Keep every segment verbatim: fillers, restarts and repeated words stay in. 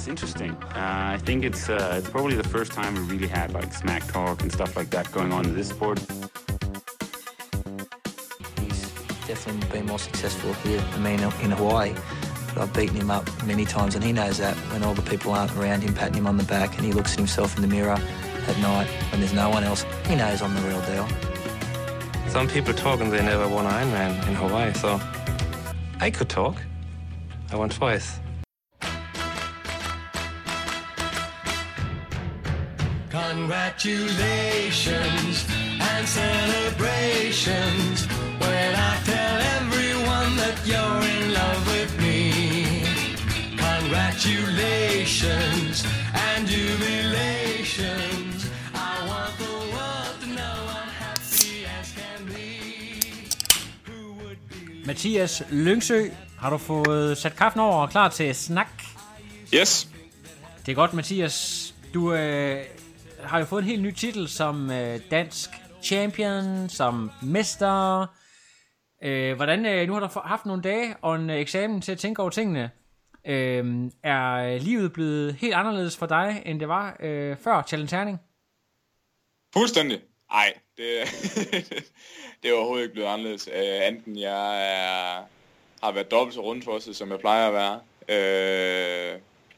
it's interesting. Uh, I think it's uh, it's probably the first time we really had like smack talk and stuff like that going on in this sport. He's definitely been more successful here than me in Hawaii. But I've beaten him up many times, and he knows that when all the people aren't around him patting him on the back and he looks at himself in the mirror at night when there's no one else, he knows I'm the real deal. Some people talk and they never won an Ironman in Hawaii, so I could talk. I won twice. Congratulations and celebrations when I tell everyone that you're in love with me. Congratulations and jubilations. I want the world to know I'm happy as can be. Who would be... Mathias Lyngsø, har du fået sat kaffen over og klar til snak? Yes. Det er godt, Mathias. Du øh, har jo fået en helt ny titel som øh, dansk champion, som mester. Øh, hvordan, øh, nu har du haft nogle dage og en øh, eksamen til at tænke over tingene. Øh, er livet blevet helt anderledes for dig, end det var øh, før Challenge Herning? Fuldstændig. Nej, det, det er overhovedet ikke blevet anderledes. Uh, enten jeg er, har været dobbelt så rundtosset, som jeg plejer at være. Uh,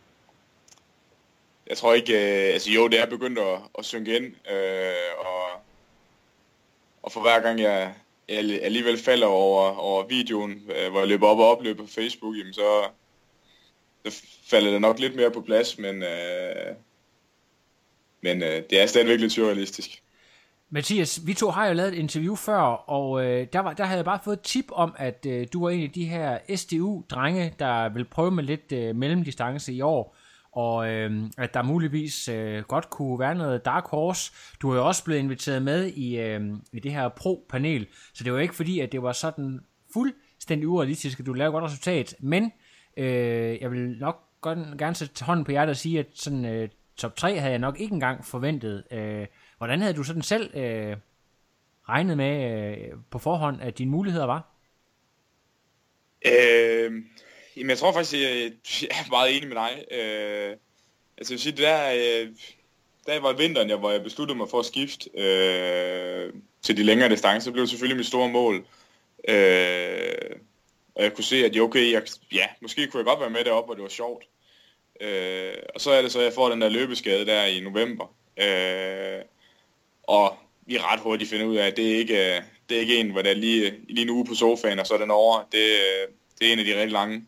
jeg tror ikke, uh, altså jo, det er begyndt at, at synke ind, uh, og, og for hver gang jeg, jeg alligevel falder over, over videoen, uh, hvor jeg løber op og opløber på Facebook, jamen så, så falder det nok lidt mere på plads, men, uh, men uh, det er stadigvæk lidt surrealistisk. Mathias, vi to har jo lavet et interview før, og øh, der, var, der havde jeg bare fået et tip om, at øh, du var en af de her S D U-drenge, der vil prøve med lidt øh, mellemdistance i år, og øh, at der muligvis øh, godt kunne være noget dark horse. Du er jo også blevet inviteret med i, øh, i det her pro-panel, så det var ikke fordi, at det var sådan fuldstændig urealistisk, at du lavede godt resultat, men øh, jeg vil nok godt, gerne sætte hånden på hjertet og sige, at sådan øh, top tre havde jeg nok ikke engang forventet. Øh, Hvordan havde du sådan selv øh, regnet med øh, på forhånd, at dine muligheder var? Øh, jamen jeg tror faktisk, jeg, jeg er meget enig med dig. Øh, altså jeg vil sige, der, øh, der var vinteren, jeg, hvor jeg besluttede mig for at skifte øh, til de længere distancer, blev det selvfølgelig mit store mål. Øh, og jeg kunne se, at okay, jeg, ja, måske kunne jeg godt være med deroppe, hvor det var sjovt. Øh, og så er det så, at jeg får den der løbeskade der i november. Øh, Og vi ret hurtigt finder ud af, at det er ikke, det er ikke en, hvor der er lige, lige en uge på sofaen, og så er den over. Det, det er en af de rigtig lange.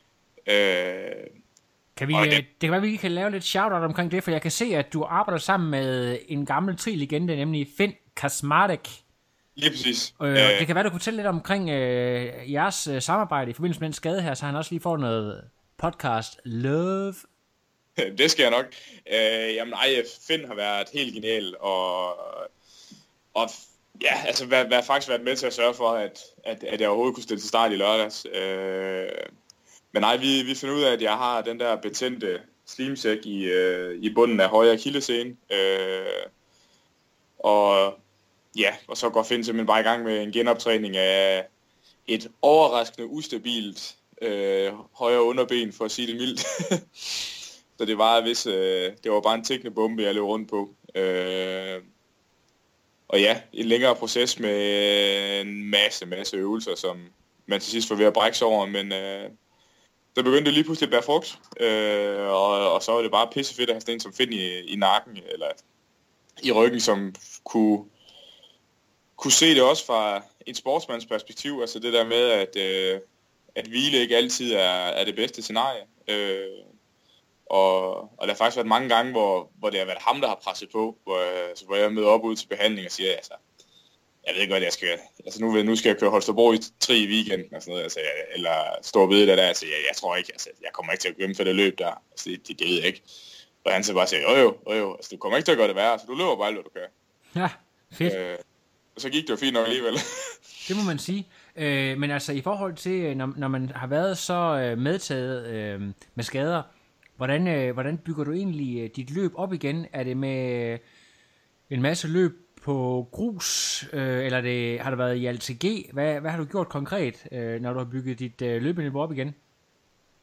Øh, kan vi, det, det kan være, at vi kan lave lidt shout-out omkring det, for jeg kan se, at du arbejder sammen med en gammel tri-legende, nemlig Finn Kasmarek. Lige præcis. Øh, øh, det kan være, du kunne fortælle lidt omkring øh, jeres øh, samarbejde i forbindelse med den skade her, så han også lige får noget podcast love. Det skal jeg nok. Øh, jamen ej, Finn har været helt genial, og, og ja, altså hvad, hvad faktisk været med til at sørge for, at, at, at jeg overhovedet kunne stille til start i lørdags. Øh, men nej, vi, vi finder ud af, at jeg har den der betændte slimsæk i, øh, i bunden af højre akillescene. Øh, og ja, og så går Finn simpelthen bare i gang med en genoptræning af et overraskende ustabilt øh, højre underben, for at sige det mildt. Så det var, hvis, øh, det var bare en tikkende bombe, jeg løb rundt på. Øh, og ja, en længere proces med en masse, masse øvelser, som man til sidst var ved at brække sig over. Men øh, så begyndte det lige pludselig at bære frugt. Øh, og, og så var det bare pissefedt at have sådan en som Finn i, i nakken, eller i ryggen, som kunne, kunne se det også fra en sportsmands perspektiv. Altså det der med, at, øh, at hvile ikke altid er, er det bedste scenarie. Øh, Og, og der har faktisk været mange gange, hvor, hvor det har været ham, der har presset på, hvor, altså, hvor jeg møder op ud til behandling og siger, altså, jeg ved godt, jeg skal, altså nu, nu skal jeg køre Holstebro i tre i weekenden, og sådan noget, altså, eller stå og bede der, altså, jeg, jeg tror ikke, altså, jeg kommer ikke til at gennemføre det løb der, altså, det, det, det ved jeg ikke. Og han så bare siger, jo jo, jo jo, altså, du kommer ikke til at gøre det værre, altså, du løber bare alt, hvad du kan. Ja, fedt. Øh, og så gik det jo fint nok alligevel. Det må man sige. Øh, men altså, i forhold til, når, når man har været så øh, medtaget øh, med skader, Hvordan, øh, hvordan bygger du egentlig øh, dit løb op igen? Er det med øh, en masse løb på grus, øh, eller det, har det været i L T G? Hvad, hvad har du gjort konkret, øh, når du har bygget dit øh, løbeniveau op igen?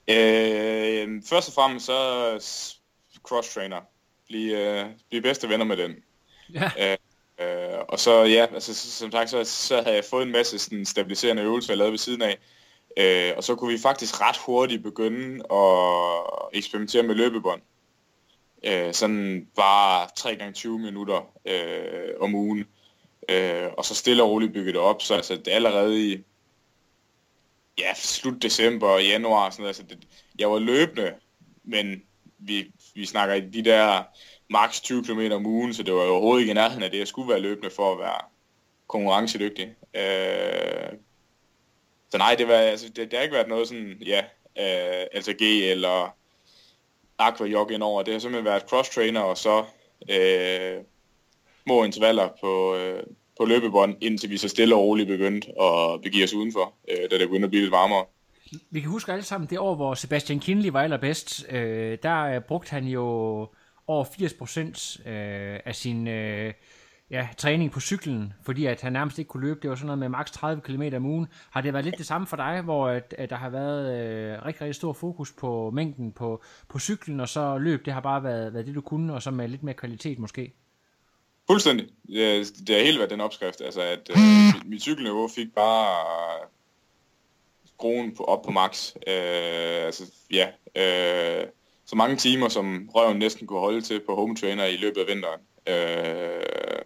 Øh, først og fremmest så s- cross-trainer. Blive, øh, blive bedste venner med den. Ja. Øh, øh, og så ja, altså, som sagt, så, så havde jeg fået en masse sådan, stabiliserende øvelser, jeg lavede ved siden af. Øh, og så kunne vi faktisk ret hurtigt begynde at eksperimentere med løbebånd. Øh, sådan bare tre gange tyve minutter øh, om ugen. Øh, og så stille og roligt bygge det op, så altså, det er allerede i ja, slut december og januar. Sådan noget, altså, det, jeg var løbende, men vi, vi snakker i de der maks tyve kilometer om ugen, så det var jo overhovedet ikke i nærheden af det, jeg skulle være løbende for at være konkurrencedygtig. Øh, så nej, det, var, altså, det, det har ikke været noget sådan, ja, øh, L T G eller aquajog indover. Det har simpelthen været cross-trainer og så øh, små intervaller på, øh, på løbebånd, indtil vi så stille og roligt begyndte at begive os udenfor, øh, da det begyndte at blive lidt varmere. Vi kan huske alle sammen det år, hvor Sebastian Kienle var allerbedst. Øh, der øh, brugte han jo over firs procent øh, af sin øh, ja, træning på cyklen, fordi at han nærmest ikke kunne løbe. Det var sådan noget med maks tredive kilometer om ugen. Har det været lidt det samme for dig, hvor at, at der har været øh, rigtig, rigtig stor fokus på mængden på, på cyklen, og så løb, det har bare været, været det, du kunne, og så med lidt mere kvalitet måske? Fuldstændig. Det, det har helt været den opskrift, altså at øh, mit, mit cykelniveau fik bare skruen på, op på max. Øh, altså ja, øh, så mange timer, som røven næsten kunne holde til på home trainer i løbet af vinteren. Øh,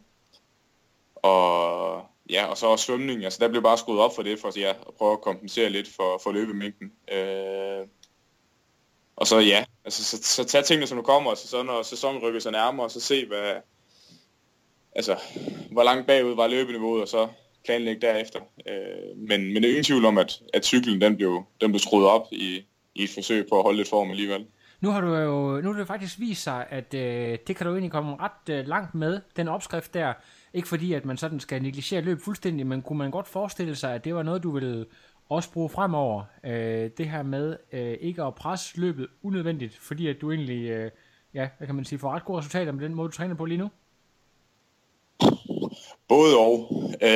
og ja, og så også svømning, altså der blev bare skruet op for det, for ja, at prøve at kompensere lidt for, for løbemængden. Øh, og så ja, altså så, så tage tingene som du kommer, og så, så når sæsonen rykker sig nærmere, og så se hvad, altså hvor langt bagud var løbeniveauet, og så planlægge derefter. Øh, men, men det er ingen tvivl om, at, at cyklen den blev, den blev skruet op i, i et forsøg på at holde lidt form alligevel. Nu har du jo nu har det faktisk vist sig, at øh, det kan du egentlig komme ret øh, langt med, den opskrift der. Ikke fordi, at man sådan skal negligere løb fuldstændig, men kunne man godt forestille sig, at det var noget, du ville også bruge fremover. Øh, det her med øh, ikke at presse løbet unødvendigt, fordi at du egentlig, øh, ja, hvad kan man sige, får ret gode resultater med den måde, du træner på lige nu? Både og.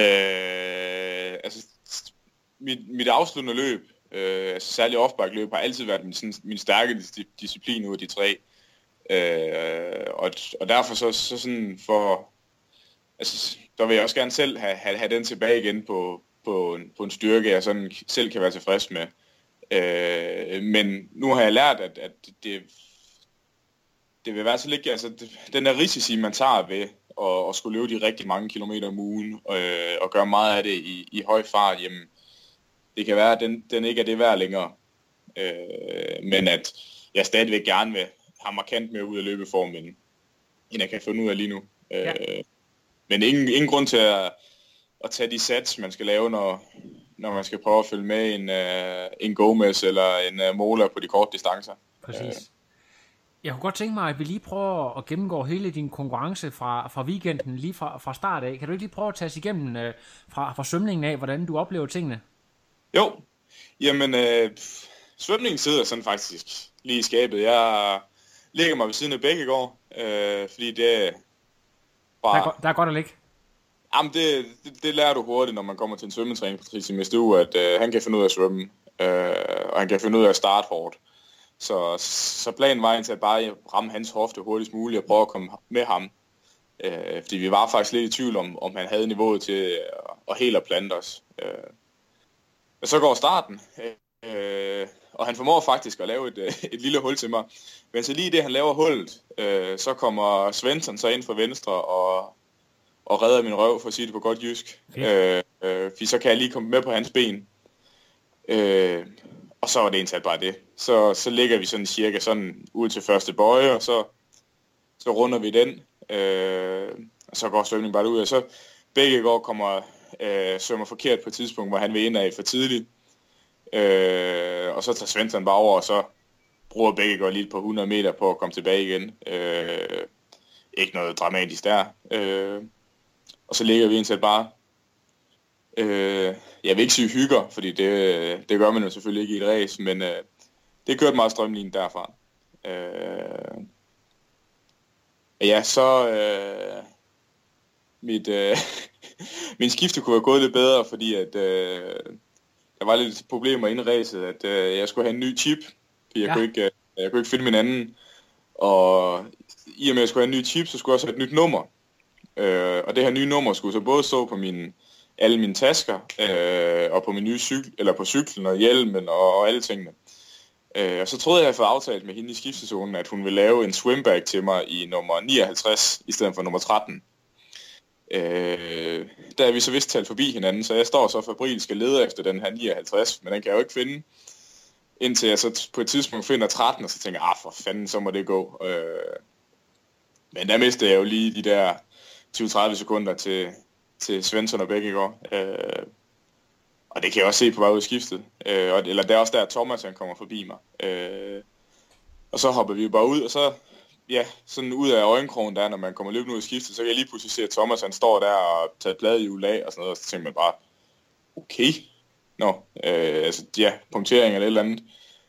Øh, altså, mit, mit afsluttende løb, øh, altså særligt off-bike-løb, har altid været min, sådan, min stærke disciplin ud af de tre. Øh, og, og derfor så, så sådan for... Altså, der vil jeg også gerne selv have, have, have den tilbage igen på, på, en, på en styrke, jeg sådan selv kan være tilfreds med. Øh, men nu har jeg lært, at, at det, det vil være så lidt... Altså, det, den der risici, man tager ved og, og skulle løbe de rigtig mange kilometer om ugen, øh, og gøre meget af det i, i høj fart, jamen, det kan være, at den, den ikke er det værd længere. Øh, men at jeg stadigvæk gerne vil have markant mere ud af løbeform, end, end jeg kan finde ud af lige nu. Ja. Øh, men ingen, ingen grund til at, at tage de sats, man skal lave, når, når man skal prøve at følge med en, uh, en Gomez eller en uh, Mola på de korte distancer. Præcis. Øh. Jeg kunne godt tænke mig, at vi lige prøver at gennemgå hele din konkurrence fra, fra weekenden, lige fra, fra start af. Kan du ikke lige prøve at tage os igennem øh, fra, fra svømningen af, hvordan du oplever tingene? Jo, jamen øh, svømningen sidder sådan faktisk lige i skabet. Jeg ligger mig ved siden af begge i går, øh, fordi det bare... Der er, der er godt at ligge. Jamen det, det, det lærer du hurtigt, når man kommer til en svømmetræning på Patricia Mestu, at øh, han kan finde ud af at svømme, øh, og han kan finde ud af at starte hårdt. Så, så planen var egentlig at bare ramme hans hofte hurtigst muligt og prøve at komme med ham. Øh, fordi vi var faktisk lidt i tvivl om, om han havde niveauet til at, at helt at plante os. Øh, og så går starten, øh, og han formår faktisk at lave et, et lille hul til mig. Men så lige det, han laver hullet, øh, så kommer Svensson så ind fra venstre og, og redder min røv, for at sige det på godt jysk. Øh, øh, fordi så kan jeg lige komme med på hans ben. Øh, Og så var det egentlig bare det. Så, så ligger vi sådan cirka sådan ud til første bøje, og så, så runder vi den. Øh, og så går svømningen bare ud, og så begge går kommer øh, svømmer forkert på et tidspunkt, hvor han vil ind af for tidligt. Øh, og så tager Svensson bare over, og så bruger begge går lige på hundrede meter på at komme tilbage igen. Øh, ikke noget dramatisk der. Øh, og så ligger vi egentlig bare... Øh, jeg vil ikke sige hygger, fordi det, det gør man jo selvfølgelig ikke i et race, men øh, det kørte meget strømlignet derfra. Øh, ja, så øh, mit, øh, min skifte kunne have gået lidt bedre, fordi at, øh, der var lidt problemer inden racet, at øh, jeg skulle have en ny chip, fordi jeg, Ja. kunne ikke, øh, jeg kunne ikke finde min anden. Og i og med at jeg skulle have en ny chip, så skulle jeg også have et nyt nummer. Øh, og det her nye nummer skulle så både stå på mine, alle mine tasker, øh, og på min nye cykel, eller på cyklen og hjelmen og, og alle tingene. Øh, og så troede jeg, at jeg havde fået aftalt med hende i skiftezonen, at hun ville lave en swimbag til mig i nummer nioghalvtreds, i stedet for nummer tretten. Øh, der er vi så vist talt forbi hinanden, så jeg står så febrilsk og leder efter den her nioghalvtreds, men den kan jeg jo ikke finde, indtil jeg så på et tidspunkt finder tretten, og så tænker jeg, ah for fanden, så må det gå. Øh, men der mistede jeg jo lige de der tyve til tredive sekunder til, til Svensson og Bæk i går. Øh, og det kan jeg også se på vej ud i skiftet. Øh, eller det er også der, Thomas han kommer forbi mig. Øh, og så hopper vi bare ud, og så ja, sådan ud af øjenkrogen der, når man kommer løbende ud i skiftet, så kan jeg lige pludselig se, at Thomas han står der og tager pladehjul af og sådan noget, og så tænker man bare, okay, nå, øh, altså ja, punktering eller et eller andet.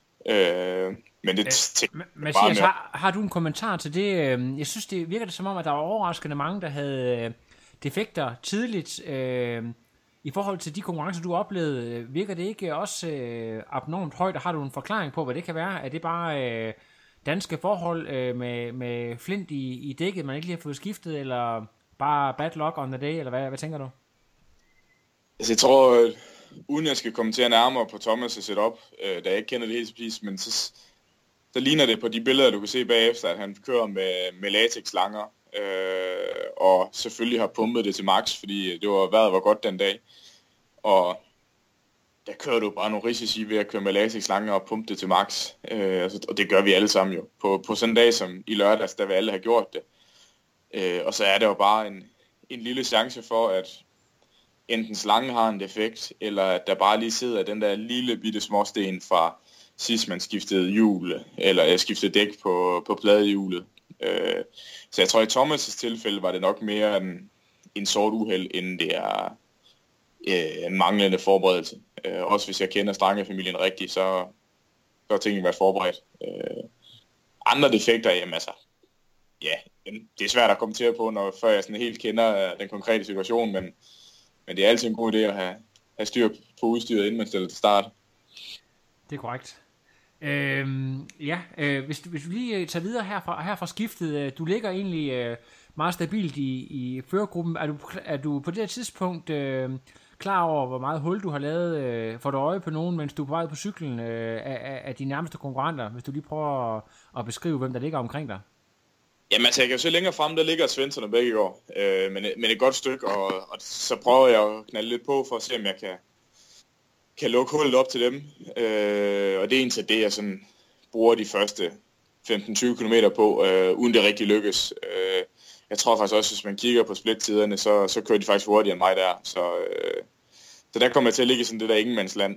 Øh, men det tænker M- jeg Mathias, bare mere. har, har du en kommentar til det? Øhm, Jeg synes, det virker det som om, at der var overraskende mange, der havde øh, defekter tidligt. Øh, I forhold til de konkurrencer, du oplevede, øh, virker det ikke også øh, abnormt højt? Og har du en forklaring på, hvad det kan være? Er det bare øh, danske forhold øh, med, med flint i, i dækket, man ikke lige har fået skiftet, eller bare bad luck on the day, eller hvad, hvad tænker du? Altså jeg tror, øh, uden jeg skal kommentere nærmere på Thomas' setup, øh, da jeg ikke kender det helt præcis, men så, så ligner det på de billeder, du kan se bagefter, at han kører med, med latex-langer, øh, og selvfølgelig har pumpet det til max, fordi det var vejret var godt den dag. Og der kører du bare nogle risici ved at køre med latex-langer og pumpe det til max, øh, og det gør vi alle sammen jo. På, på sådan en dag som i lørdags, der vil alle have gjort det. Øh, og så er det jo bare en, en lille chance for, at enten slangen har en defekt, eller at der bare lige sidder den der lille bitte småsten fra sidst man skiftede hjul, eller jeg skiftede dæk på, på pladehjulet. Øh, så jeg tror i Thomas' tilfælde var det nok mere en, en sort uheld, end det er øh, en manglende forberedelse. Øh, også hvis jeg kender Strange-familien rigtigt, så, så har tingene været forberedt. Øh, andre defekter, jamen altså, ja, det er svært at kommentere på, når, før jeg sådan helt kender den konkrete situation, men Men det er altid en god idé at have, have styr på udstyret, inden man stiller til start. Det er korrekt. Øhm, ja, øh, hvis, du, hvis du lige øh, tager videre her fra, her fra skiftet, øh, du ligger egentlig øh, meget stabilt i, i førergruppen. Er du, er du på det her tidspunkt øh, klar over, hvor meget hul du har lavet? Øh, får du øje på nogen, mens du er på vej på cyklen øh, af, af de nærmeste konkurrenter? Hvis du lige prøver at, at beskrive, hvem der ligger omkring dig. Jamen altså, jeg kan jo se længere frem, der ligger Svensson og Bæk i går, øh, men, men et godt stykke, og, og så prøver jeg at knalde lidt på, for at se, om jeg kan, kan lukke hullet op til dem. Øh, og det er egentlig det, jeg sådan bruger de første femten til tyve kilometer på, øh, uden det rigtig lykkes. Øh, jeg tror faktisk også, hvis man kigger på splittiderne, så, så kører de faktisk hurtigere end mig der. Så, øh, så der kommer jeg til at ligge i sådan det der ingenmandsland.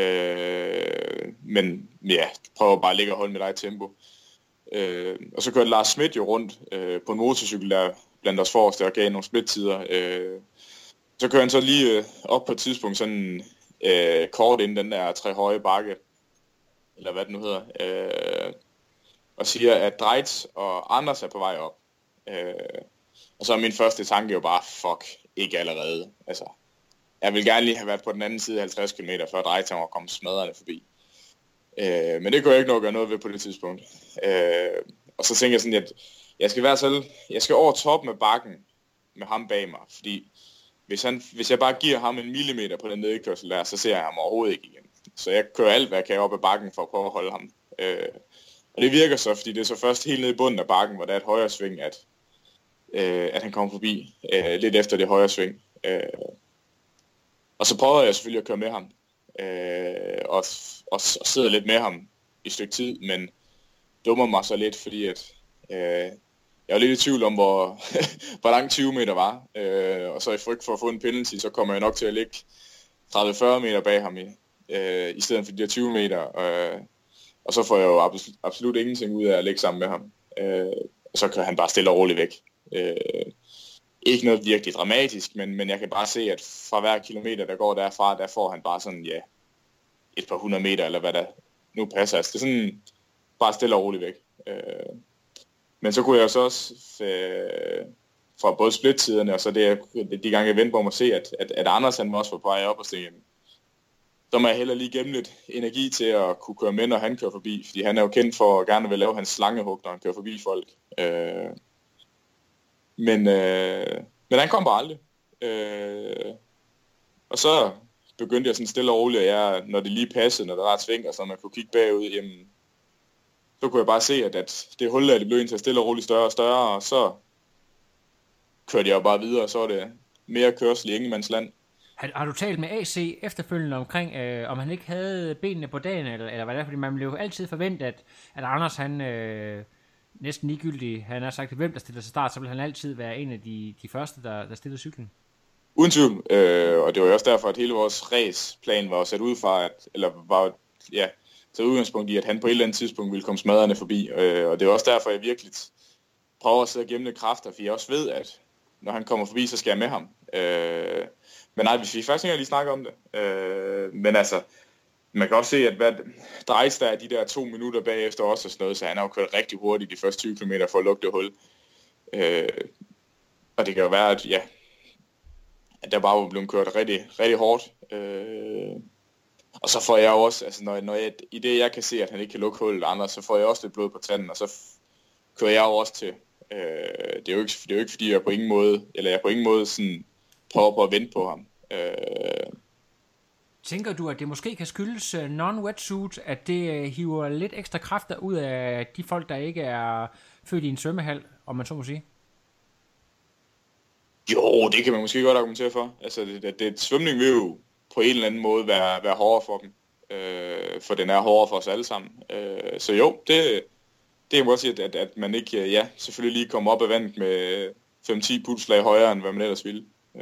Øh, men ja, prøver bare at ligge og holde mit eget tempo. Øh, og så kørte Lars Schmidt jo rundt øh, på en motorcykel der blandt os forreste og gav nogle splittider. Øh, så kører han så lige øh, op på et tidspunkt sådan øh, kort inden den der tre høje bakke, eller hvad det nu hedder, øh, og siger, at Dreitz og Anders er på vej op. Øh, og så er min første tanke jo bare, fuck, ikke allerede. Altså, jeg vil gerne lige have været på den anden side af halvtreds kilometer, før Dreitz var kommet smadrende forbi. Øh, men det kunne jeg ikke nok gøre noget ved på det tidspunkt. Øh, og så tænker jeg sådan, at jeg skal være selv, jeg skal over toppen af bakken med ham bag mig, fordi hvis, han, hvis jeg bare giver ham en millimeter på den nedkørsel der, så ser jeg ham overhovedet ikke igen. Så jeg kører alt, hvad jeg kan op ad bakken for at prøve at holde ham. Øh, og det virker så, fordi det er så først helt nede i bunden af bakken, hvor der er et højre sving, at, øh, at han kommer forbi øh, lidt efter det højre sving. Øh, og så prøver jeg selvfølgelig at køre med ham. Øh, og, og, og sidder lidt med ham i et stykke tid, men dummer mig så lidt, fordi at øh, jeg var lidt i tvivl om, hvor, hvor langt tyve meter var, øh, og så i frygt for at få en penalty, så kommer jeg nok til at ligge tredive til fyrre meter bag ham i, øh, i stedet for de der tyve meter, øh, og så får jeg jo absolut, absolut ingenting ud af at ligge sammen med ham, øh, og så kan han bare stille og roligt væk. Øh, Ikke noget virkelig dramatisk, men, men jeg kan bare se, at fra hver kilometer, der går derfra, der får han bare sådan, ja, et par hundrede meter, eller hvad der nu passer. Altså, det er sådan bare stille og roligt væk. Øh, men så kunne jeg jo så også, øh, fra både splittiderne, og så det, de gange jeg vendte på mig at se, at, at, at Anders han også var på vej op og sige, så må jeg heller lige gemme lidt energi til at kunne køre med, når han kører forbi, fordi han er jo kendt for at gerne vil lave hans slangehug, når han kører forbi folk. Øh, men, øh, men han kom bare aldrig. Øh, og så begyndte jeg sådan stille og roligt, at jeg, når det lige passede, når der var et sving, og så man kunne kigge bagud, jamen, så kunne jeg bare se, at, at det hul der, det blev indtil stille og roligt større og større, og så kørte jeg jo bare videre, og så var det mere kørsel i Ingemannsland. Har, har du talt med A C efterfølgende omkring, øh, om han ikke havde benene på dagen, eller, eller hvad det er? Fordi man ville jo altid forvente, at, at Anders, han øh, næsten ligegyldigt, han har sagt, at hvem der stiller sig start, så vil han altid være en af de, de første, der, der stiller cyklen. Uden tvivl, øh, og det var jo også derfor, at hele vores raceplan var sat ud fra, at, eller var ja, taget udgangspunkt i, at han på et eller andet tidspunkt ville komme smadrende forbi, øh, og det er også derfor, jeg virkelig prøver at sidde og gemme lidt kræfter, for jeg også ved, at når han kommer forbi, så skal jeg med ham. Øh, men nej, vi fik faktisk ikke lige snakke om det. Øh, men altså, man kan også se, at hvad Dreis der er de der to minutter bagefter også og sådan noget, så han har jo kørt rigtig hurtigt de første tyve kilometer for at lukke det hul. Øh, og det kan jo være, at ja, at der bare var blevet kørt rigtig, rigtig hårdt. Øh, og så får jeg jo også, altså når, når jeg, i det jeg kan se, at han ikke kan lukke hullet andre, så får jeg også lidt blod på tanden, og så f- kører jeg jo også til. Øh, det, er jo ikke, det er jo ikke fordi jeg på ingen måde, eller jeg på ingen måde sådan prøver på at vente på ham. Øh, Tænker du, at det måske kan skyldes uh, non-wetsuit, at det uh, hiver lidt ekstra kræfter ud af de folk, der ikke er født i en svømmehal, om man så må sige? Jo, det kan man måske godt argumentere for. Altså, det, det, det, svømning vil jo på en eller anden måde være, være hårdere for dem. Øh, for den er hårdere for os alle sammen. Øh, så jo, det, det kan man godt sige, at, at, at man ikke, ja, selvfølgelig lige kommer op af vandet med fem til ti pulsslag højere, end hvad man ellers ville. Øh.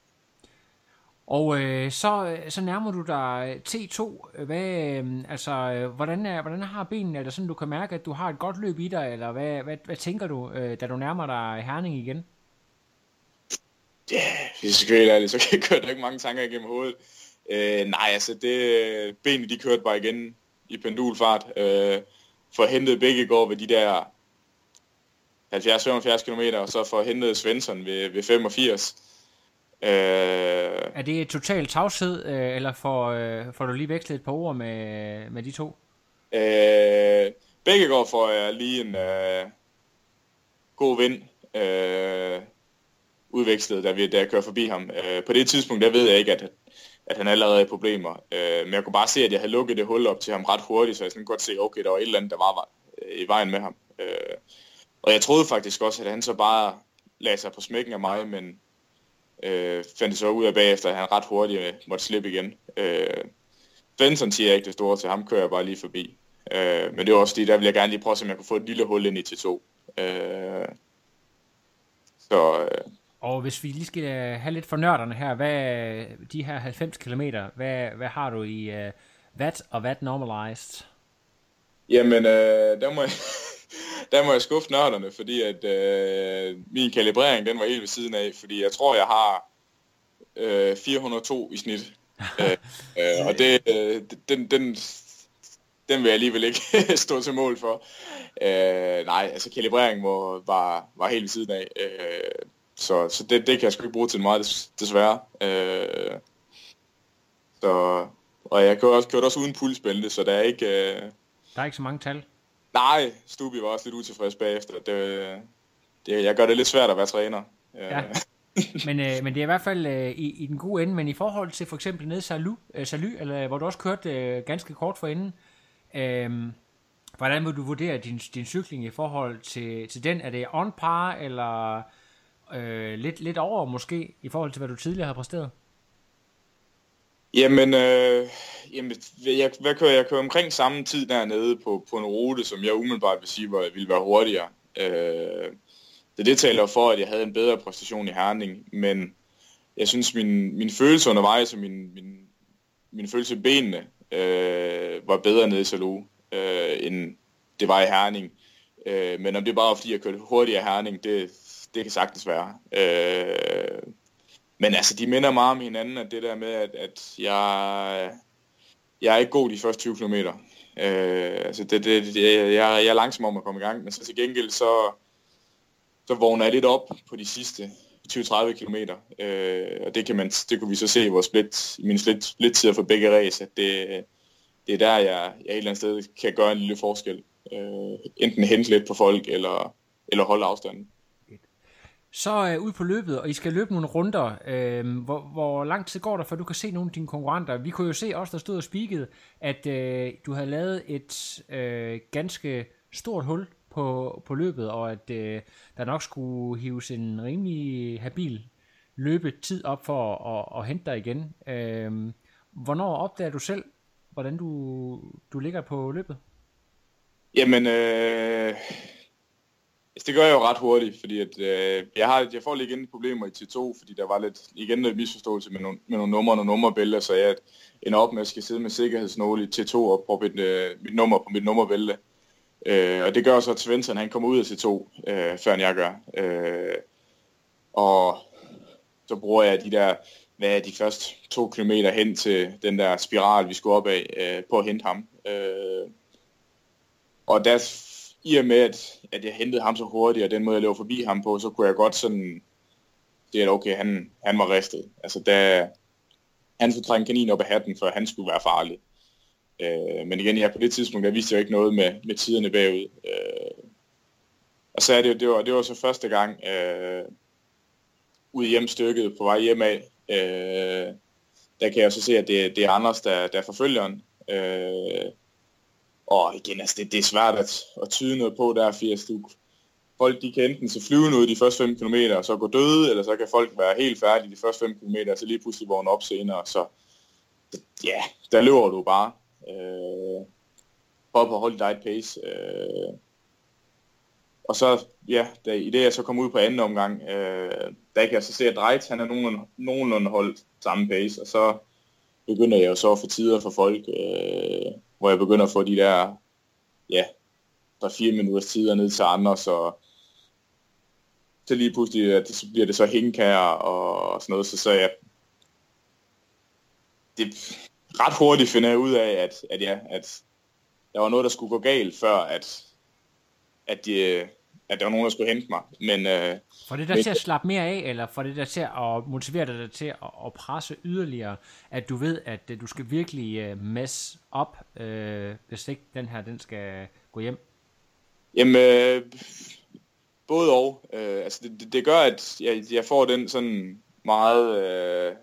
Og øh, så, så nærmer du dig T to. Hvad, øh, altså, øh, hvordan, er, hvordan har benene? Er det sådan, du kan mærke, at du har et godt løb i dig? Eller hvad, hvad, hvad tænker du, øh, da du nærmer dig Herning igen? Ja, yeah, hvis jeg skal være helt ærlig, så kan jeg køre der ikke mange tanker igennem hovedet. Øh, nej, altså, det, benene de kørte bare igen i pendulfart. Øh, for hentet begge går ved de der halvfjerds til femoghalvfjerds kilometer, og så for hentet Svensson ved, ved femogfirs. Øh, er det total tavshed, øh, eller får, øh, får du lige vekslet et par ord med, med de to? Øh, begge går får jeg lige en øh, god vind øh, udvekslet, da, vi, da jeg kører forbi ham. Øh, på det tidspunkt, der ved jeg ikke, at, at han allerede er problemer. Øh, men jeg kunne bare se, at jeg havde lukket det hul op til ham ret hurtigt, så jeg sådan godt se, okay, der var et eller andet, der var i vejen med ham. Øh, og jeg troede faktisk også, at han så bare lagde sig på smækken af mig, men øh, fandt det så ud af bagefter, at han ret hurtigt måtte slippe igen. Øh, Svensson siger jeg ikke det store til, ham kører jeg bare lige forbi. Øh, men det var også det, der ville jeg gerne lige prøve, så jeg kunne få et lille hul ind i T to. Øh, så... Øh, Og hvis vi lige skal have lidt for nørderne her, hvad de her halvfems kilometer, hvad, hvad har du i uh, watt og watt normalized? Jamen, øh, der, må jeg, der må jeg skuffe nørderne, fordi at øh, min kalibrering, den var helt ved siden af, fordi jeg tror, jeg har øh, fire hundrede og to i snit. øh, øh, og det, øh, den, den, den vil jeg alligevel ikke stå til mål for. Øh, nej, altså kalibrering må, var, var helt ved siden af. Øh, Så, så det, det kan jeg sgu ikke bruge til meget, desværre. Øh, så, og jeg kørte også, kørte også uden pulsbælte, så der er ikke... Øh, der er ikke så mange tal? Nej, Stubi var også lidt utilfreds bagefter. Det, det, jeg gør det lidt svært at være træner. Ja. men, øh, men det er i hvert fald øh, i, i den gode ende. Men i forhold til for eksempel nede i Saly, øh, Saly eller, hvor du også kørte øh, ganske kort forinden, øh, hvordan vil du vurdere din, din cykling i forhold til, til den? Er det on par, eller... Øh, lidt, lidt over måske, i forhold til, hvad du tidligere har præsteret? Jamen, øh, jamen jeg, hvad kører jeg? kører omkring samme tid dernede på, på en rute, som jeg umiddelbart vil sige, var, ville være hurtigere. Øh, det, det taler for, at jeg havde en bedre præstation i Herning, men jeg synes, min, min følelse undervejs, og min, min, min følelse i benene, øh, var bedre nede i Salu, øh, end det var i Herning. Øh, men om det bare var, fordi jeg kørte hurtigere i Herning, det Det kan sagtens være. Øh, men altså, de minder meget om hinanden, at det der med, at, at jeg, jeg er ikke god de første tyve kilometer. Øh, altså, det, det, det, jeg, jeg er langsom om at komme i gang, men så til gengæld, så, så vågner jeg lidt op på de sidste tyve til tredive kilometer. Øh, og det kan man, det kunne vi så se i vores split, i mine split, split-tider for begge race, at det, det er der, jeg, jeg et eller andet sted kan gøre en lille forskel. Øh, enten hente lidt på folk, eller, eller holde afstanden. Så øh, ud på løbet, og I skal løbe nogle runder. Øh, hvor, hvor lang tid går der, før du kan se nogle af dine konkurrenter? Vi kunne jo se også, der stod og spikede, at øh, du havde lavet et øh, ganske stort hul på, på løbet, og at øh, der nok skulle hives en rimelig habil løbetid op for at, at, at hente dig igen. Øh, hvornår opdager du selv, hvordan du, du ligger på løbet? Jamen, øh, det gør jeg jo ret hurtigt, fordi at, øh, jeg, har, jeg får lige igen problemer i T to, fordi der var lidt igen noget misforståelse med nogle, med nogle numre og nogle nummerbælter, så jeg ender op med at skal sidde med sikkerhedsnål i T to og prøve mit, øh, mit nummer på mit nummerbælte. Øh, og det gør så, at Svensson han kommer ud af T to, øh, før jeg gør. Øh, og så bruger jeg de der, hvad er de første to kilometer hen til den der spiral, vi skulle op af, øh, på at hente ham. Øh, og der, i og med, at, at jeg hentede ham så hurtigt, og den måde, jeg løb forbi ham på, så kunne jeg godt sådan, det er okay, han, han var ristet. Altså, da han skulle trænge kanin op af hatten, for han skulle være farlig. Øh, men igen, ja, på det tidspunkt, der vidste jeg jo ikke noget med, med tiderne bagud. Øh, og så er det, det var, det var så første gang, øh, ude i hjemstykket, på vej hjem af, øh, der kan jeg så se, at det, det er Anders, der, der er forfølgeren. Øh, og igen, altså, det, det er svært at, at tyde noget på der, fordi du, folk de kan enten så flyve ud de første fem kilometer, og så gå døde, eller så kan folk være helt færdige de første fem kilometer, og så lige pludselig vågne op senere, så ja, der løber du bare. Øh, prøv på at holde dit eget pace. Øh, og så, ja, da, i det jeg så kom ud på anden omgang, øh, der kan jeg så se, at Drejt, han er nogenlunde, nogenlunde holdt samme pace, og så begynder jeg jo så at få tider for folk, øh, hvor jeg begynder at få de der, ja, der fire minutters tider ned til andre, så så lige pludselig, at det, så bliver det så hængkær og sådan noget, så så jeg, det ret hurtigt finder jeg ud af, at, at ja, at der var noget, der skulle gå galt, før at, at, de, at der var nogen, der skulle hente mig. Men, øh, for det der men, til at slappe mere af, eller for det der til at motivere dig til at, at presse yderligere, at du ved, at du skal virkelig uh, mess op, øh, hvis ikke den her, den skal gå hjem? Jamen, øh, både og. Øh, altså det, det, det gør, at jeg, jeg får den sådan meget, øh,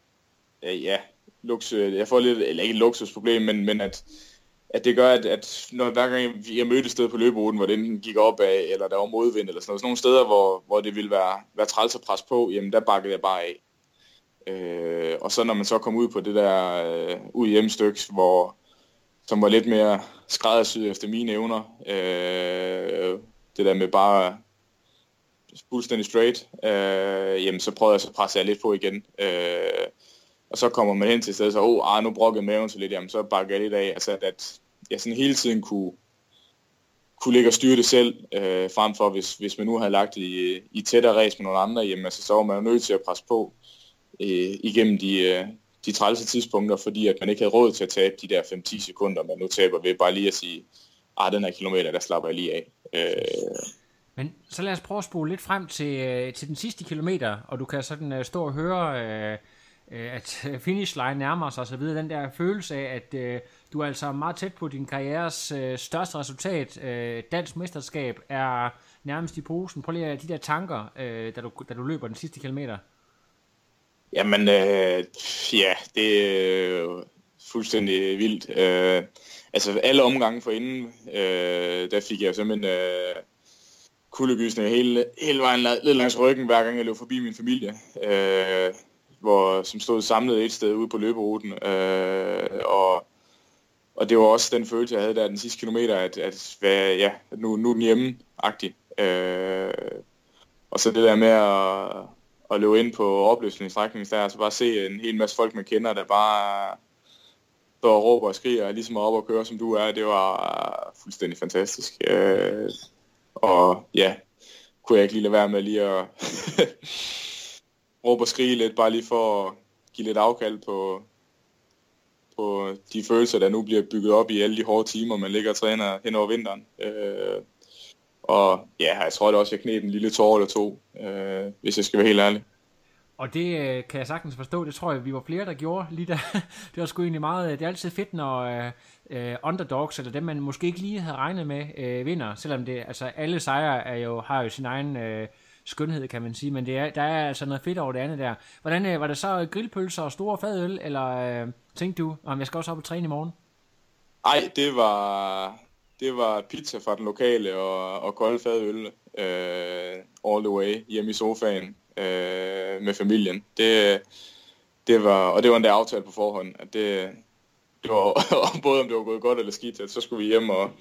ja, luksus, jeg får lidt, eller ikke et luksusproblem, men, men at, at det gør, at, at når hver gang jeg, jeg mødte et sted på løberuten, hvor den gik op af, eller der var modvind, eller sådan noget, sådan nogle steder, hvor, hvor det ville være, være træls at presse på, jamen der bakkede jeg bare af. Øh, og så når man så kom ud på det der øh, ud hjemstyks, hvor som var lidt mere skræddersyet efter mine evner, øh, det der med bare fuldstændig straight, øh, jamen så prøvede jeg så presse jeg lidt på igen. Øh, Og så kommer man hen til stedet, så oh, ah, nu brokkede maven så lidt, jamen så bakker jeg lidt af, altså at, at jeg sådan hele tiden kunne, kunne ligge og styre det selv, øh, frem for hvis, hvis man nu havde lagt det i, i tættere race med nogle andre, jamen altså, så var man jo nødt til at presse på øh, igennem de, øh, de trælse tidspunkter, fordi at man ikke havde råd til at tabe de der fem til ti sekunder, man nu taber ved bare lige at sige, ah, den her kilometer, der slapper jeg lige af. Øh, Men så lad os prøve at spole lidt frem til, til den sidste kilometer, og du kan sådan uh, stå og høre, uh, at finish line nærmer sig og så videre. Den der følelse af, at uh, du er altså meget tæt på din karrieres uh, største resultat. Uh, dansk mesterskab er nærmest i posen. Prøv lige de der tanker, uh, da, du, da du løber den sidste kilometer. Jamen, øh, ja, det er jo fuldstændig vildt. Øh, altså alle omgange forinden, øh, der fik jeg simpelthen øh, kuldegysninger hele, hele vejen lidt langs ryggen, hver gang jeg løb forbi min familie, øh, hvor, som stod samlet et sted ude på løberuten. Øh, og, og det var også den følelse, jeg havde der den sidste kilometer, at, at hvad, ja, nu, nu er den hjemme-agtig. Øh, og så det der med at, at løbe ind på opløsningsstrækningen der, og så bare se en hel masse folk, man kender, der bare står og råber og skriger, ligesom op og kører, som du er, det var fuldstændig fantastisk. Øh, og ja, kunne jeg ikke lige lade være med lige at råbe og skrige lidt, bare lige for at give lidt afkald på, på de følelser, der nu bliver bygget op i alle de hårde timer, man ligger og træner hen over vinteren. Øh, Og ja, jeg tror det også, jeg kneb en lille tår eller to, øh, hvis jeg skal være helt ærlig. Og det øh, kan jeg sagtens forstå. Det tror jeg, vi var flere, der gjorde lige der. Det var sgu egentlig meget... Det er altid fedt, når øh, underdogs, eller dem, man måske ikke lige havde regnet med, øh, vinder. Selvom det, altså, alle sejre er jo, har jo sin egen øh, skønhed, kan man sige. Men det er, der er altså noget fedt over det andet der. Hvordan øh, var det så grillpølser og store fadøl, eller øh, tænkte du, om jeg skal også op og træne i morgen? Nej, det var... Det var pizza fra den lokale og, og kold fadøl øh, all the way hjemme i sofaen øh, med familien. Det, det var, og det var en der aftale på forhånd, at det, det var både om det var gået godt eller skidt, at så skulle vi hjem og,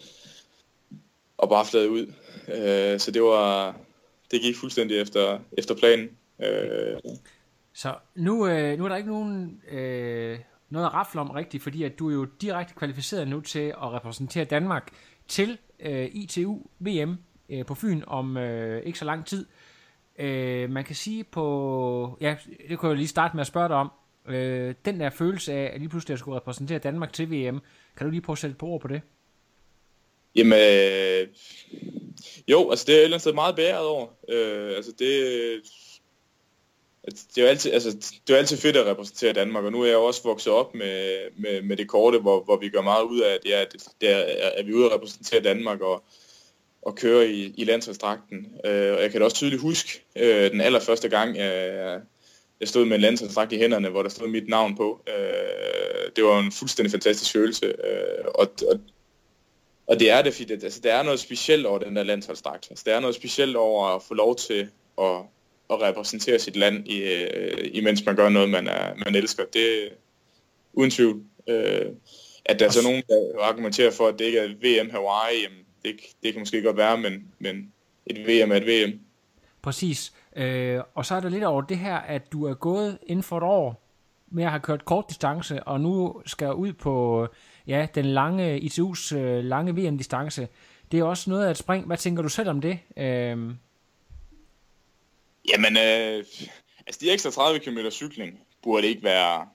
og bare flade ud. Øh, så det var det gik fuldstændig efter, efter planen. Øh. Så nu, øh, nu er der ikke nogen... Øh noget at rafle om rigtigt, fordi at du er jo direkte kvalificeret nu til at repræsentere Danmark til øh, I T U V M øh, på Fyn om øh, ikke så lang tid. Øh, man kan sige på, ja, det kunne jeg lige starte med at spørge dig om, øh, den der følelse af, at lige pludselig at skulle repræsentere Danmark til V M, kan du lige prøve at sætte et par ord på det? Jamen, øh, jo, altså det er et eller andet sted meget bæret over. Øh, altså det... Det er jo altid, altså, det er jo altid fedt at repræsentere Danmark, og nu er jeg jo også vokset op med, med, med det korte, hvor, hvor vi gør meget ud af, at, ja, det, det er, at vi er ude at repræsentere Danmark og, og køre i, i landsholdsdragten. Øh, og jeg kan da også tydeligt huske øh, den allerførste gang, jeg, jeg stod med en landsholdsdragt i hænderne, hvor der stod mit navn på. Øh, det var en fuldstændig fantastisk følelse, øh, og, og, og det er det, fordi det, altså, der er noget specielt over den der landsholdsdragt. Altså, der er noget specielt over at få lov til at og repræsentere sit land, i, øh, imens man gør noget, man, er, man elsker. Det er uden tvivl. Øh, at der er så nogen, der argumenterer for, at det ikke er V M Hawaii, jamen, det, det kan måske godt være, men, men et V M er et V M. Præcis. Øh, og så er der lidt over det her, at du er gået inden for et år med at have kørt kort distance, og nu skal ud på ja, den lange I T U's øh, lange V M-distance. Det er også noget af et spring. Hvad tænker du selv om det? Øh, Jamen, øh, altså de ekstra tredive kilometer cykling burde ikke være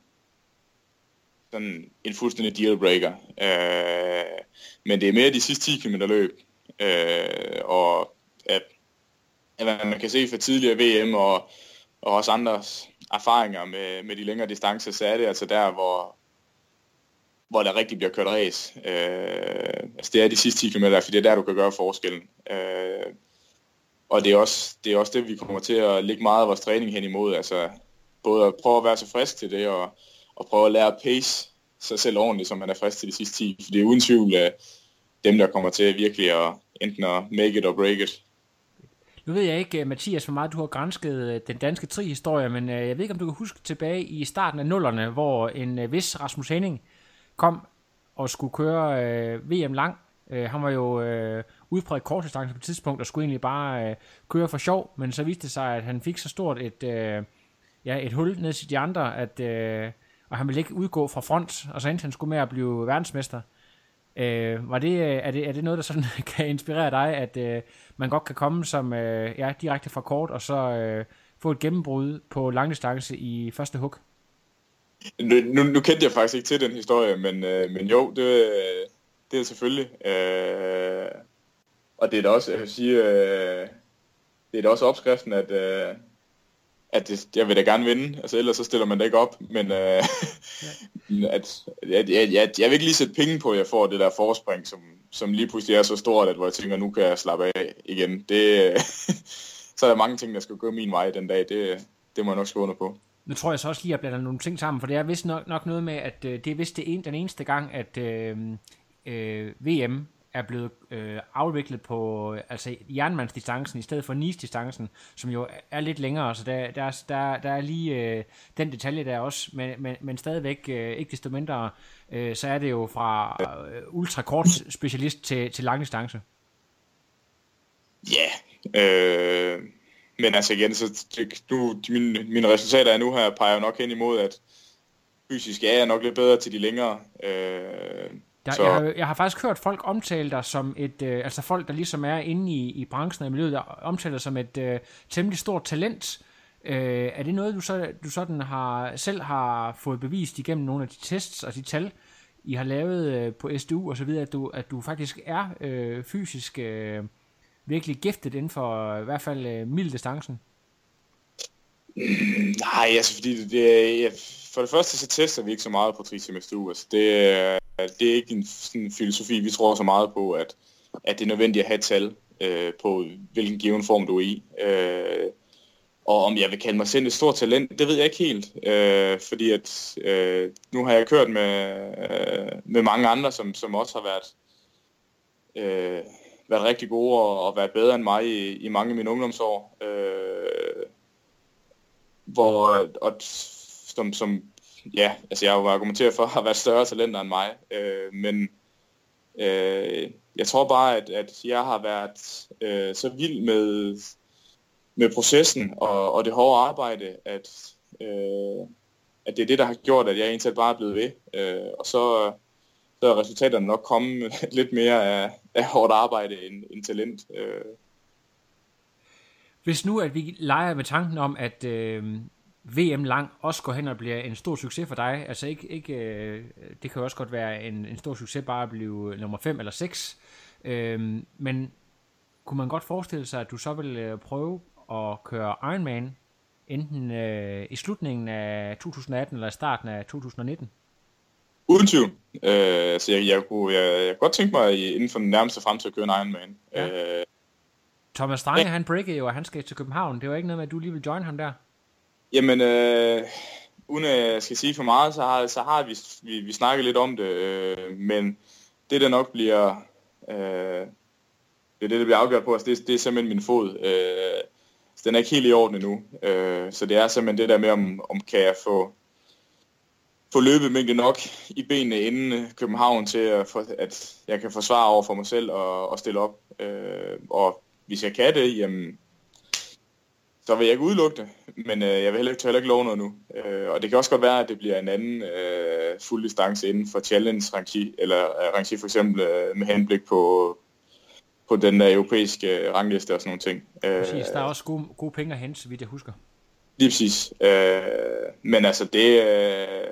sådan en fuldstændig dealbreaker. Øh, men det er mere de sidste ti kilometer løb. Øh, og at, at man kan se fra tidligere V M og, og også andres erfaringer med, med de længere distancer, så er det altså der, hvor, hvor der rigtig bliver kørt race. Øh, altså det er de sidste ti kilometer, for det er der, du kan gøre forskellen. Øh, Og det er, også, det er også det, vi kommer til at lægge meget af vores træning hen imod. Altså både at prøve at være så frisk til det, og, og prøve at lære at pace sig selv ordentligt, som man er frisk til de sidste ti. For det er uden tvivl uh, dem, der kommer til virkelig at enten at make it or break it. Nu ved jeg ikke, Mathias, hvor meget du har gransket den danske tri-historie, men jeg ved ikke, om du kan huske tilbage i starten af nullerne, hvor en vis Rasmus Henning kom og skulle køre øh, V M lang. Øh, han var jo øh, ude på rekorddistance på et tidspunkt og skulle egentlig bare øh, køre for sjov, men så viste det sig, at han fik så stort et, øh, ja, et hul ned til de andre, at øh, og han ville ikke udgå fra front, og så endte han skulle med at blive verdensmester. Øh, var det, er, det, er det noget, der sådan kan inspirere dig, at øh, man godt kan komme som øh, ja, direkte fra kort, og så øh, få et gennembrud på langdistance i første hug? Nu, nu, nu kendte jeg faktisk ikke til den historie, men, øh, men jo, det, det er selvfølgelig. Øh, og det er da også, jeg vil sige, øh, det er da også opskriften, at, øh, at det, jeg vil da gerne vinde, altså ellers så stiller man da ikke op, men øh, ja. at, at, at, at jeg vil ikke lige sætte penge på, at jeg får det der forspring, som, som lige pludselig er så stort, at hvor jeg tænker, nu kan jeg slappe af igen. Det, så er der mange ting, der skal gå min vej den dag, det, det må jeg nok skrive under på. Nu tror jeg så også lige, at jeg blander nogle ting sammen, for det er vist nok, nok noget med, at øh, det er vist det en, den eneste gang, at øh, øh, V M er blevet øh, afviklet på altså jernmandsdistancen i stedet for Nice-distancen, som jo er lidt længere, så der, der, der, der er lige øh, den detalje der også, men, men, men stadigvæk øh, ikke desto mindre, øh, så er det jo fra øh, ultrakort specialist til, til langdistance. Ja, yeah. øh, men altså igen, så det, nu, mine, mine resultater er nu her, peger jo nok hen imod, at fysisk er jeg nok lidt bedre til de længere. Øh, Der, jeg, har, jeg har faktisk hørt folk omtale dig som et, øh, altså folk, der ligesom er inde i, i branchen og i miljøet, der omtaler dig som et øh, temmelig stort talent. Øh, er det noget, du, så, du sådan har, selv har fået bevist igennem nogle af de tests og de tal, I har lavet øh, på S D U og så videre, at du, at du faktisk er øh, fysisk øh, virkelig giftet inden for i hvert fald øh, middeldistancen? Nej, altså fordi det, det er, for det første så tester vi ikke så meget på tricemestu. Altså det, er, det er ikke en, sådan en filosofi, vi tror så meget på, at, at det er nødvendigt at have et tal øh, på, hvilken given form du er i. Øh, og om jeg vil kalde mig selv et stort talent, det ved jeg ikke helt. Øh, fordi at øh, nu har jeg kørt med, øh, med mange andre, som, som også har været, øh, været rigtig gode og, og været bedre end mig i, i mange af mine ungdomsår. Øh, hvor og, som, som ja, altså jeg har jo argumenteret for at have været større talenter end mig, øh, men øh, jeg tror bare, at, at jeg har været øh, så vild med, med processen og, og det hårde arbejde, at, øh, at det er det, der har gjort, at jeg egentlig bare er blevet ved, øh, og så, så er resultaterne nok kommet lidt mere af, af hårdt arbejde end, end talent. Øh. Hvis nu, at vi leger med tanken om, at øh, V M lang også går hen og bliver en stor succes for dig, altså ikke, ikke øh, det kan jo også godt være en, en stor succes bare at blive nummer fem eller seks, øh, men kunne man godt forestille sig, at du så vil øh, prøve at køre Ironman, enten øh, i slutningen af to tusind atten eller i starten af to tusind nitten? Uden tvivl. Øh, så jeg, jeg, kunne, jeg, jeg kunne godt tænke mig inden for den nærmeste fremtid at køre en Ironman. Ja. Øh, Thomas Strange, ja. Han breakede jo, og han skal til København. Det var ikke noget med, at du lige vil join ham der? Jamen, øh, uden at jeg skal sige for meget, så har, så har vi, vi, vi snakket lidt om det, øh, men det der nok bliver, øh, det er det, der bliver afgjort på os, det, det er simpelthen min fod. Øh, så den er ikke helt i orden endnu. Øh, så det er simpelthen det der med, om, om kan jeg få, få løbemængde nok i benene inden København til, at, for, at jeg kan forsvare over for mig selv og, og stille op. Øh, og hvis jeg kan det, jamen, så vil jeg ikke udelukke det, men øh, jeg vil heller ikke, heller ikke love noget nu. Øh, og det kan også godt være, at det bliver en anden øh, fuld distance inden for challenge-rangi, eller øh, rangi for eksempel øh, med henblik på, på den der europæiske rangliste og sådan nogle ting. Præcis, der er også gode, gode penge at hente, så vidt jeg husker. Lige præcis. Øh, men altså, det, øh,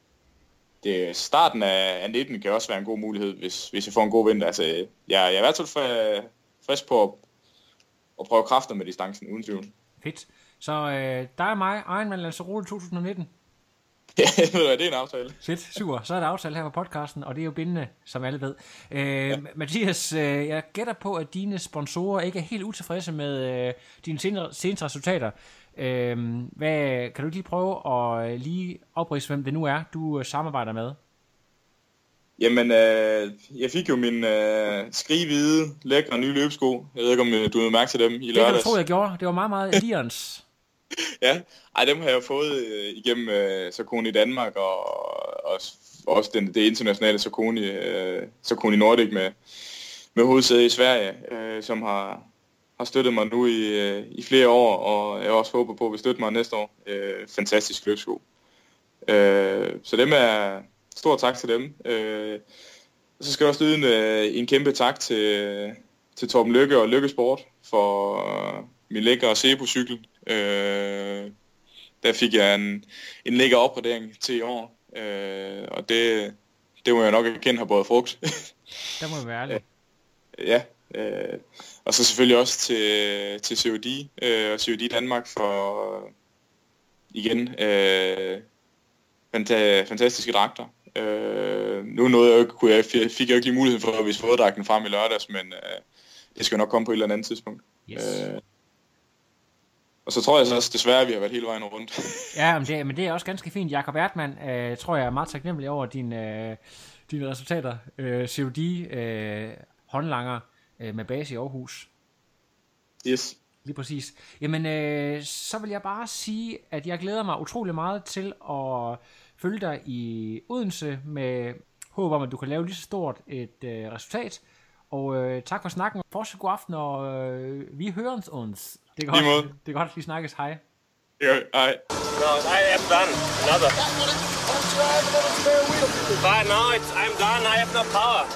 det starten af, af nitten kan også være en god mulighed, hvis, hvis jeg får en god vinter. Altså, jeg, jeg er i hvert fald frisk på at, at prøve kræfter med distancen, uden tvivl. Fedt. Så øh, der er mig, Ironman Lanzarote to tusind nitten. Ja, ved du hvad, det er en aftale. Fedt, super. Så er der aftale her på podcasten, og det er jo bindende, som alle ved. Øh, ja. Mathias, øh, jeg gætter på, at dine sponsorer ikke er helt utilfredse med øh, dine senere, seneste resultater. Øh, hvad, kan du lige prøve at lige opridse, hvem det nu er, du øh, samarbejder med? Jamen, øh, jeg fik jo min øh, skrigehvide, lækre nye løbesko. Jeg ved ikke, om øh, du har mærke til dem i lørdags. Det kan du tro, jeg gjorde. Det var meget, meget Lions. Ja, ej, dem har jeg fået øh, igennem øh, Saucony Danmark og, og også den, det internationale Saucony, øh, Saucony Nordic med, med hovedsæde i Sverige, øh, som har, har støttet mig nu i, øh, i flere år, og jeg også håber på, at vil støtte mig næste år. Øh, fantastisk løbsko. Øh, så dem er stor tak til dem. Øh, så skal jeg også yde en, øh, en kæmpe tak til, til Torben Lykke og Lykke Sport for øh, min lækre Sebo-cykel. Øh, der fik jeg en, en lækker opgradering til i år, øh, og det, det må jeg nok erkende har båret frugt. Der må være ærlig. Ja, øh, og så selvfølgelig også til, til C O D øh, og C O D Danmark for øh, igen øh, fanta- fantastiske dragter. Øh, nu nåede jeg, kunne jeg, fik jeg ikke lige mulighed for at vise foddragten frem i lørdags, men øh, det skal nok komme på et eller andet tidspunkt. Yes. Øh, og så tror jeg så også desværre, at vi har været hele vejen rundt. Ja, men det, men det er også ganske fint. Jakob Ertmann, øh, tror jeg er meget taknemmelig over dine, øh, dine resultater. Øh, C O D øh, håndlanger øh, med base i Aarhus. Yes. Lige præcis. Jamen, øh, så vil jeg bare sige, at jeg glæder mig utrolig meget til at følge dig i Odense med håb om, at du kan lave lige så stort et øh, resultat. Og øh, tak for snakken. Fortsat god aften, og øh, vi hører ons. Det er godt, det er godt, at vi snakkes. Hej. Ja, hej. No, I am done. Another. But now it's, I'm done. I have no power.